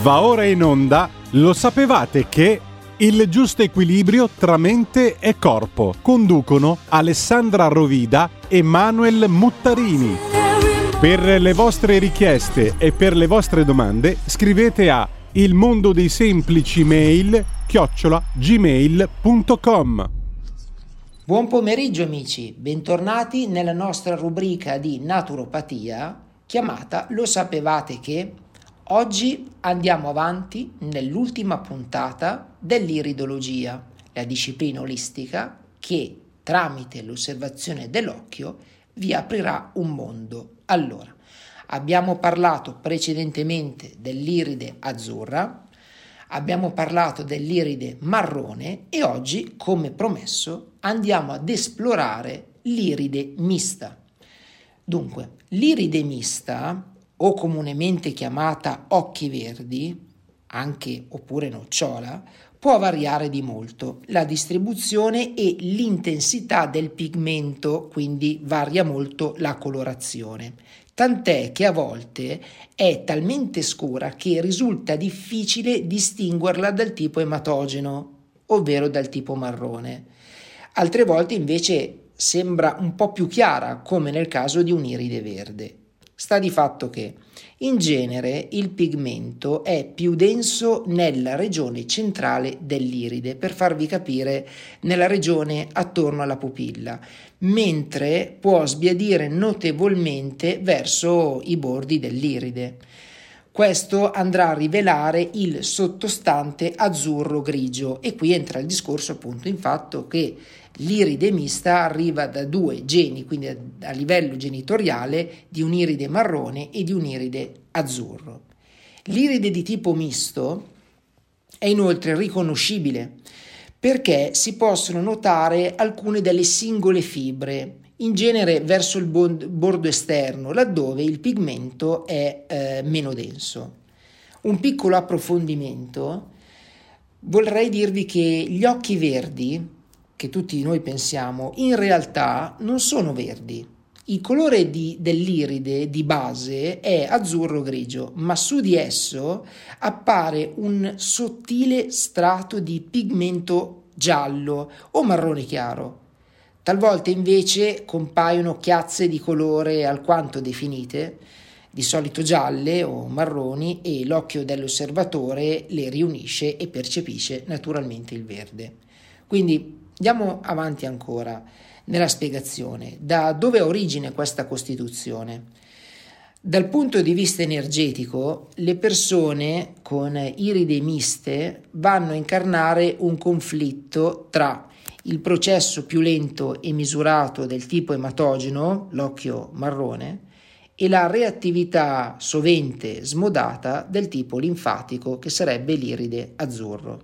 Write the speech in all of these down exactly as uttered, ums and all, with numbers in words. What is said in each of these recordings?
Va ora in onda, lo sapevate che il giusto equilibrio tra mente e corpo conducono Alessandra Rovida e Manuel Muttarini. Per le vostre richieste e per le vostre domande scrivete a il mondo dei semplici mail chiocciola gmail punto com. Buon pomeriggio amici, bentornati nella nostra rubrica di naturopatia chiamata Lo sapevate che? Oggi andiamo avanti nell'ultima puntata dell'iridologia, la disciplina olistica che tramite l'osservazione dell'occhio vi aprirà un mondo. Allora, abbiamo parlato precedentemente dell'iride azzurra, abbiamo parlato dell'iride marrone e oggi, come promesso, andiamo ad esplorare l'iride mista. Dunque, l'iride mista, o comunemente chiamata occhi verdi, anche oppure nocciola, può variare di molto. La distribuzione e l'intensità del pigmento, quindi varia molto la colorazione. Tant'è che a volte è talmente scura che risulta difficile distinguerla dal tipo ematogeno, ovvero dal tipo marrone. Altre volte invece sembra un po' più chiara, come nel caso di un'iride verde. Sta di fatto che in genere il pigmento è più denso nella regione centrale dell'iride, per farvi capire nella regione attorno alla pupilla, mentre può sbiadire notevolmente verso i bordi dell'iride. Questo andrà a rivelare il sottostante azzurro-grigio e qui entra il discorso appunto in fatto che l'iride mista arriva da due geni, quindi a, a livello genitoriale di un'iride marrone e di un'iride azzurro. L'iride di tipo misto è inoltre riconoscibile perché si possono notare alcune delle singole fibre, in genere verso il bordo esterno, laddove il pigmento è eh, meno denso. Un piccolo approfondimento: vorrei dirvi che gli occhi verdi, che tutti noi pensiamo, in realtà non sono verdi. Il colore di, dell'iride di base è azzurro-grigio, ma su di esso appare un sottile strato di pigmento giallo o marrone chiaro. Talvolta invece compaiono chiazze di colore alquanto definite, di solito gialle o marroni, e l'occhio dell'osservatore le riunisce e percepisce naturalmente il verde. Quindi andiamo avanti ancora nella spiegazione. Da dove ha origine questa costituzione? Dal punto di vista energetico, le persone con iride miste vanno a incarnare un conflitto tra il processo più lento e misurato del tipo ematogeno, l'occhio marrone, e la reattività sovente smodata del tipo linfatico, che sarebbe l'iride azzurro.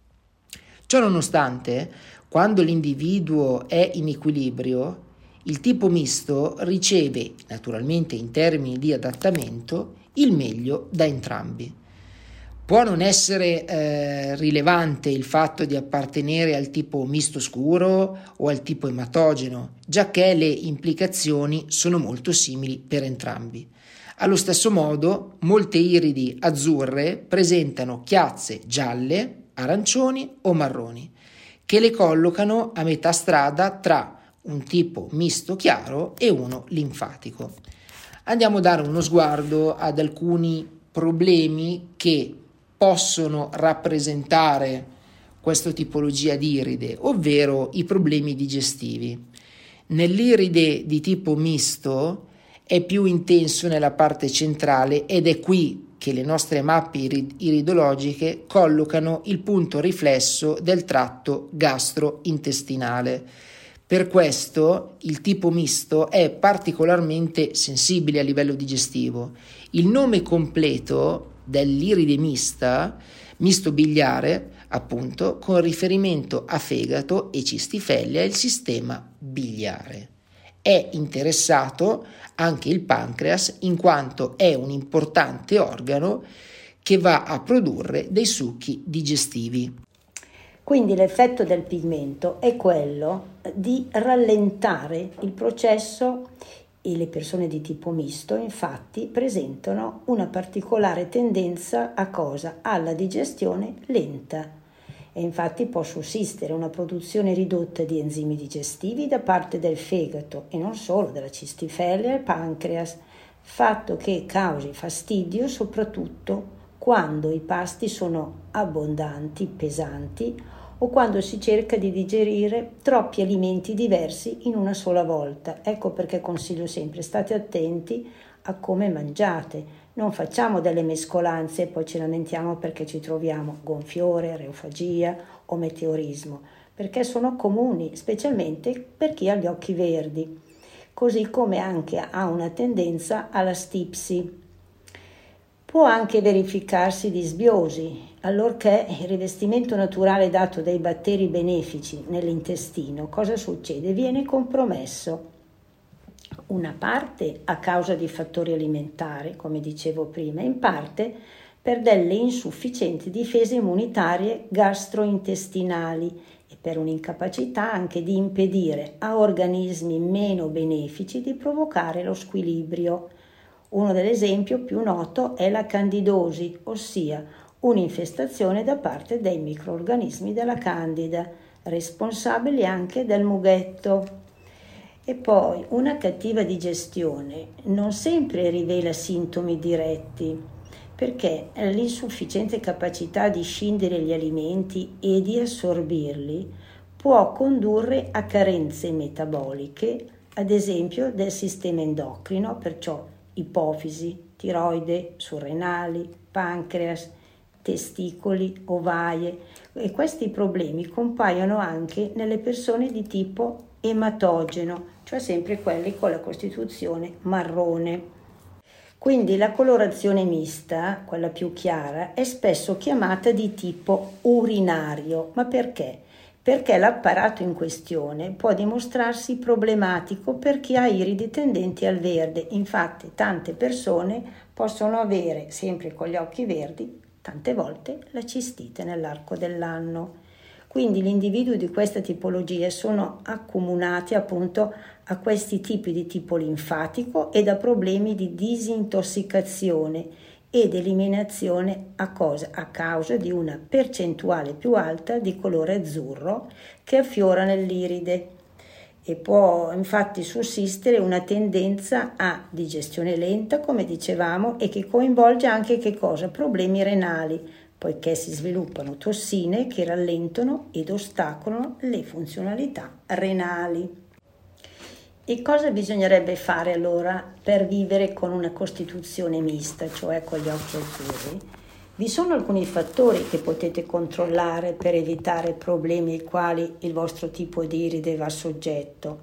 Ciò nonostante, quando l'individuo è in equilibrio, il tipo misto riceve, naturalmente in termini di adattamento, il meglio da entrambi. Può non essere eh, rilevante il fatto di appartenere al tipo misto scuro o al tipo ematogeno, giacché le implicazioni sono molto simili per entrambi. Allo stesso modo, molte iridi azzurre presentano chiazze gialle, arancioni o marroni, che le collocano a metà strada tra un tipo misto chiaro e uno linfatico. Andiamo a dare uno sguardo ad alcuni problemi che possono rappresentare questa tipologia di iride, ovvero i problemi digestivi. Nell'iride di tipo misto è più intenso nella parte centrale ed è qui che le nostre mappe iridologiche collocano il punto riflesso del tratto gastrointestinale. Per questo il tipo misto è particolarmente sensibile a livello digestivo. Il nome completo dell'iride mista, misto biliare, appunto, con riferimento a fegato e cistifellea, è il sistema biliare. È interessato anche il pancreas, in quanto è un importante organo che va a produrre dei succhi digestivi. Quindi l'effetto del pigmento è quello di rallentare il processo E le persone di tipo misto, infatti, presentano una particolare tendenza a cosa? Alla digestione lenta. E infatti può sussistere una produzione ridotta di enzimi digestivi da parte del fegato e non solo della cistifellea e pancreas, fatto che causi fastidio soprattutto quando i pasti sono abbondanti, pesanti, o quando si cerca di digerire troppi alimenti diversi in una sola volta. Ecco perché consiglio sempre: state attenti a come mangiate, non facciamo delle mescolanze e poi ci lamentiamo perché ci troviamo gonfiore, reofagia o meteorismo, perché sono comuni, specialmente per chi ha gli occhi verdi, così come anche ha una tendenza alla stipsi. Può anche verificarsi disbiosi, allorché il rivestimento naturale dato dai batteri benefici nell'intestino, cosa succede? Viene compromesso. Una parte a causa di fattori alimentari, come dicevo prima, in parte per delle insufficienti difese immunitarie gastrointestinali e per un'incapacità anche di impedire a organismi meno benefici di provocare lo squilibrio. Uno dell'esempio più noto è la candidosi, ossia un'infestazione da parte dei microrganismi della candida, responsabili anche del mughetto. E poi una cattiva digestione non sempre rivela sintomi diretti, perché l'insufficiente capacità di scindere gli alimenti e di assorbirli può condurre a carenze metaboliche, ad esempio del sistema endocrino, perciò ipofisi, tiroide, surrenali, pancreas, testicoli, ovaie, e questi problemi compaiono anche nelle persone di tipo ematogeno, cioè sempre quelli con la costituzione marrone. Quindi la colorazione mista, quella più chiara, è spesso chiamata di tipo urinario. Ma perché? Perché l'apparato in questione può dimostrarsi problematico per chi ha iridi tendenti al verde. Infatti tante persone possono avere, sempre con gli occhi verdi, tante volte la cistite nell'arco dell'anno. Quindi gli individui di questa tipologia sono accomunati appunto a questi tipi di tipo linfatico e da problemi di disintossicazione ed eliminazione a, cosa? A causa di una percentuale più alta di colore azzurro che affiora nell'iride, e può infatti sussistere una tendenza a digestione lenta, come dicevamo, e che coinvolge anche che cosa? Problemi renali, poiché si sviluppano tossine che rallentano ed ostacolano le funzionalità renali. E cosa bisognerebbe fare allora per vivere con una costituzione mista, cioè con gli occhi azzurri? Vi sono alcuni fattori che potete controllare per evitare problemi ai quali il vostro tipo di iride va soggetto.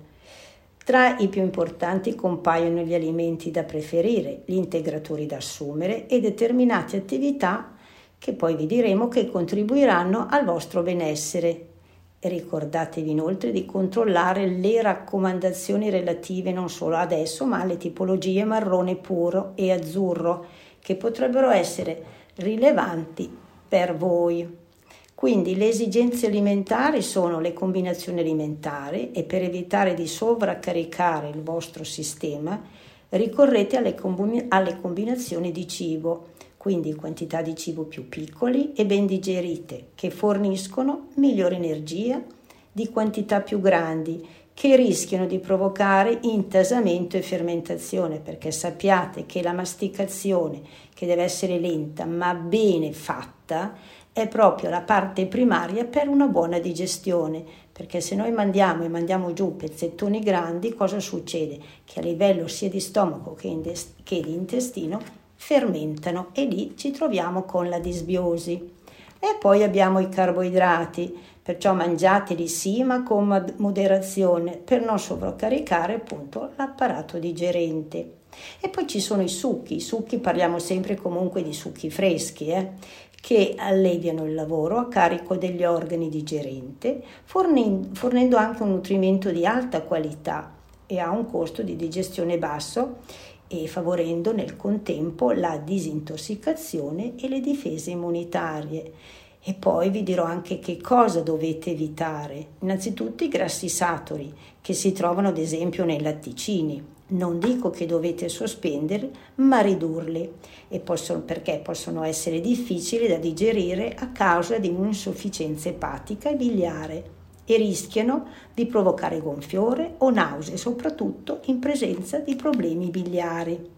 Tra i più importanti compaiono gli alimenti da preferire, gli integratori da assumere e determinate attività che poi vi diremo che contribuiranno al vostro benessere. Ricordatevi inoltre di controllare le raccomandazioni relative non solo adesso, ma alle tipologie marrone puro e azzurro, che potrebbero essere rilevanti per voi. Quindi le esigenze alimentari sono le combinazioni alimentari, e per evitare di sovraccaricare il vostro sistema ricorrete alle, combin- alle combinazioni di cibo, quindi quantità di cibo più piccoli e ben digerite, che forniscono migliore energia, di quantità più grandi, che rischiano di provocare intasamento e fermentazione, perché sappiate che la masticazione, che deve essere lenta ma bene fatta, è proprio la parte primaria per una buona digestione, perché se noi mandiamo e mandiamo giù pezzettoni grandi, cosa succede? Che a livello sia di stomaco che, indes- che di intestino fermentano, e lì ci troviamo con la disbiosi. E poi abbiamo i carboidrati, perciò mangiateli sì, ma con moderazione, per non sovraccaricare appunto l'apparato digerente. E poi ci sono i succhi, i succhi parliamo sempre comunque di succhi freschi, eh, che alleviano il lavoro a carico degli organi digerenti, fornendo, fornendo anche un nutrimento di alta qualità e a un costo di digestione basso, e favorendo nel contempo la disintossicazione e le difese immunitarie. E poi vi dirò anche che cosa dovete evitare. Innanzitutto i grassi saturi, che si trovano ad esempio nei latticini, Non dico che dovete sospenderli, ma ridurli, e possono, perché possono essere difficili da digerire a causa di un'insufficienza epatica e biliare e rischiano di provocare gonfiore o nausea, soprattutto in presenza di problemi biliari.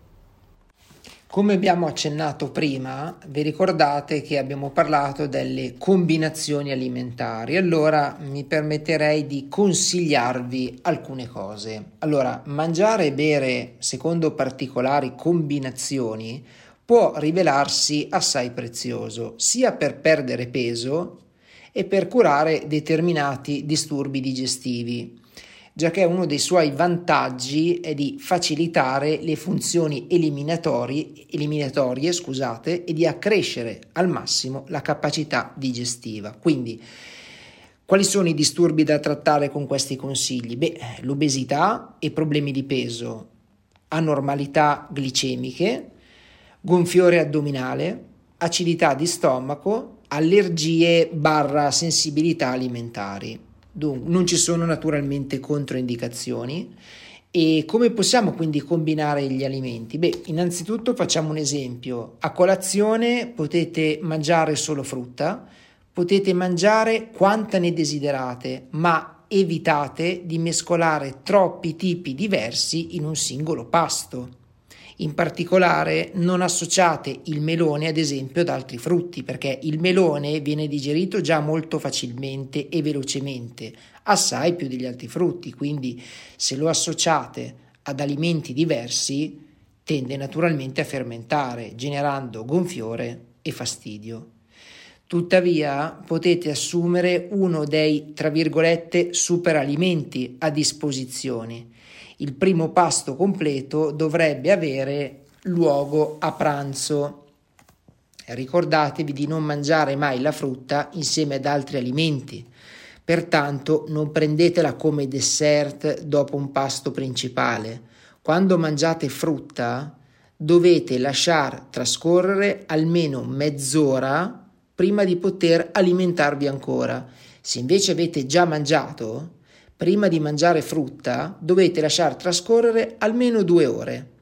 Come abbiamo accennato prima, vi ricordate che abbiamo parlato delle combinazioni alimentari. Allora mi permetterei di consigliarvi alcune cose. Allora, mangiare e bere secondo particolari combinazioni può rivelarsi assai prezioso, sia per perdere peso e per curare determinati disturbi digestivi, giacché uno dei suoi vantaggi è di facilitare le funzioni eliminatori, eliminatorie scusate, e di accrescere al massimo la capacità digestiva. Quindi, quali sono i disturbi da trattare con questi consigli? Beh, l'obesità e problemi di peso, anormalità glicemiche, gonfiore addominale, acidità di stomaco, allergie barra sensibilità alimentari. Dunque, non ci sono naturalmente controindicazioni. E come possiamo quindi combinare gli alimenti? Beh, innanzitutto facciamo un esempio. A colazione potete mangiare solo frutta, potete mangiare quanta ne desiderate, ma evitate di mescolare troppi tipi diversi in un singolo pasto. In particolare non associate il melone ad esempio ad altri frutti, perché il melone viene digerito già molto facilmente e velocemente, assai più degli altri frutti, quindi se lo associate ad alimenti diversi tende naturalmente a fermentare, generando gonfiore e fastidio. Tuttavia potete assumere uno dei, tra virgolette, superalimenti a disposizione. Il primo pasto completo dovrebbe avere luogo a pranzo. Ricordatevi di non mangiare mai la frutta insieme ad altri alimenti, pertanto non prendetela come dessert dopo un pasto principale. Quando mangiate frutta dovete lasciar trascorrere almeno mezz'ora prima di poter alimentarvi ancora. Se invece avete già mangiato, prima di mangiare frutta dovete lasciar trascorrere almeno due ore.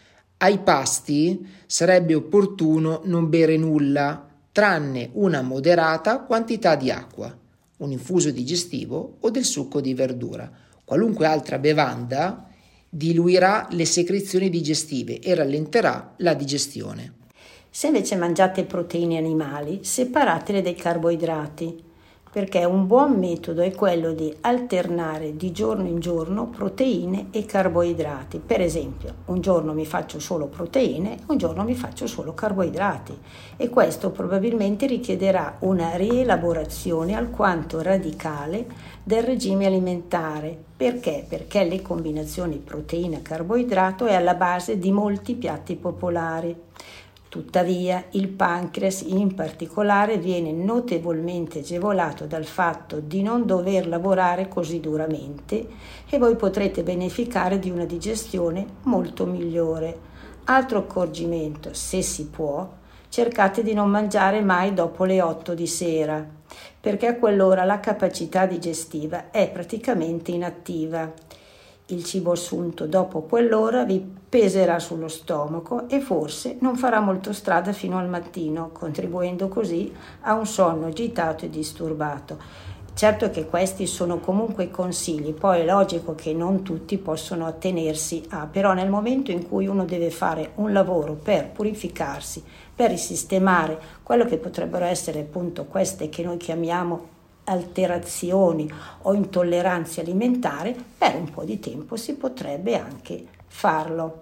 Ai pasti sarebbe opportuno non bere nulla, tranne una moderata quantità di acqua, un infuso digestivo o del succo di verdura. Qualunque altra bevanda diluirà le secrezioni digestive e rallenterà la digestione. Se invece mangiate proteine animali, separatele dai carboidrati, perché un buon metodo è quello di alternare di giorno in giorno proteine e carboidrati. Per esempio, un giorno mi faccio solo proteine, un giorno mi faccio solo carboidrati, e questo probabilmente richiederà una rielaborazione alquanto radicale del regime alimentare. Perché? Perché le combinazioni proteina-carboidrato è alla base di molti piatti popolari. Tuttavia, il pancreas in particolare viene notevolmente agevolato dal fatto di non dover lavorare così duramente e voi potrete beneficiare di una digestione molto migliore. Altro accorgimento, se si può, cercate di non mangiare mai dopo le otto di sera, perché a quell'ora la capacità digestiva è praticamente inattiva. Il cibo assunto dopo quell'ora vi peserà sullo stomaco e forse non farà molto strada fino al mattino, contribuendo così a un sonno agitato e disturbato. Certo che questi sono comunque consigli, poi è logico che non tutti possono attenersi a, però nel momento in cui uno deve fare un lavoro per purificarsi, per risistemare quello che potrebbero essere appunto queste che noi chiamiamo alterazioni o intolleranze alimentari, per un po' di tempo si potrebbe anche farlo.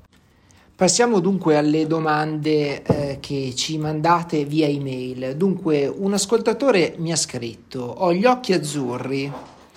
Passiamo dunque alle domande eh, che ci mandate via email. Dunque, un ascoltatore mi ha scritto: ho gli occhi azzurri,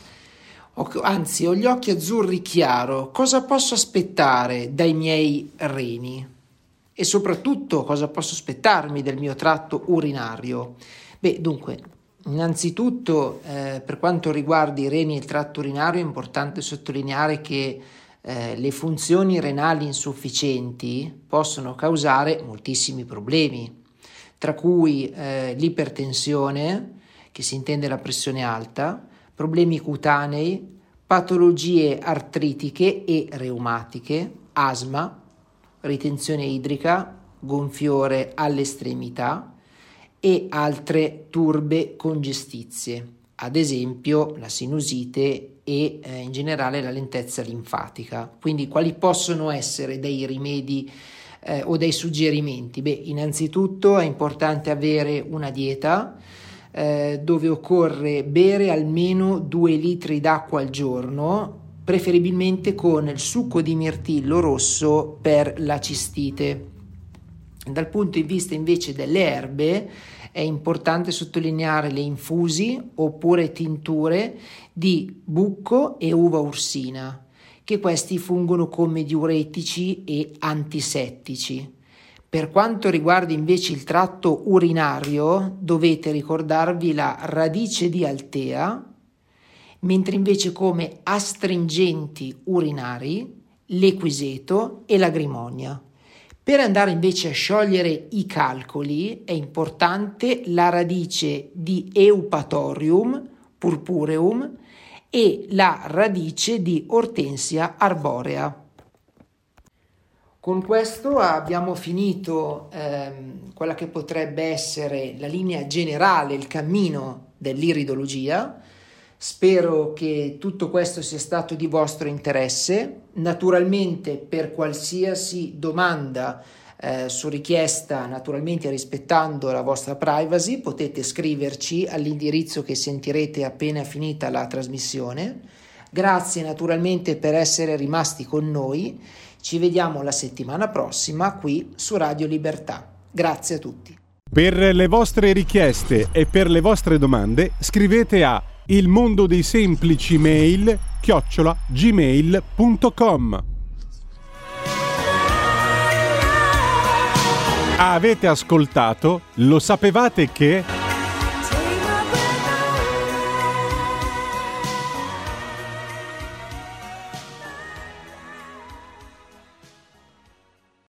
ho, anzi ho gli occhi azzurri chiaro, cosa posso aspettare dai miei reni? E soprattutto cosa posso aspettarmi del mio tratto urinario? Beh, dunque, innanzitutto, eh, per quanto riguarda i reni e il tratto urinario, è importante sottolineare che eh, le funzioni renali insufficienti possono causare moltissimi problemi, tra cui eh, l'ipertensione, che si intende la pressione alta, problemi cutanei, patologie artritiche e reumatiche, asma, ritenzione idrica, gonfiore alle estremità e altre turbe congestizie, ad esempio la sinusite e eh, in generale la lentezza linfatica. Quindi quali possono essere dei rimedi eh, o dei suggerimenti? Beh, innanzitutto è importante avere una dieta eh, dove occorre bere almeno due litri d'acqua al giorno, preferibilmente con il succo di mirtillo rosso per la cistite. Dal punto di vista invece delle erbe è importante sottolineare le infusi oppure tinture di bucco e uva ursina, che questi fungono come diuretici e antisettici. Per quanto riguarda invece il tratto urinario, dovete ricordarvi la radice di altea, mentre invece come astringenti urinari l'equiseto e l'agrimonia. Per andare invece a sciogliere i calcoli è importante la radice di Eupatorium purpureum e la radice di Hortensia arborea. Con questo abbiamo finito ehm, quella che potrebbe essere la linea generale, il cammino dell'iridologia. Spero che tutto questo sia stato di vostro interesse. Naturalmente, per qualsiasi domanda eh, su richiesta, naturalmente rispettando la vostra privacy, potete scriverci all'indirizzo che sentirete appena finita la trasmissione. Grazie naturalmente per essere rimasti con noi. Ci vediamo la settimana prossima qui su Radio Libertà. Grazie a tutti. Per le vostre richieste e per le vostre domande scrivete a il mondo dei semplici mail chiocciola gmail punto com. Avete ascoltato Lo sapevate che?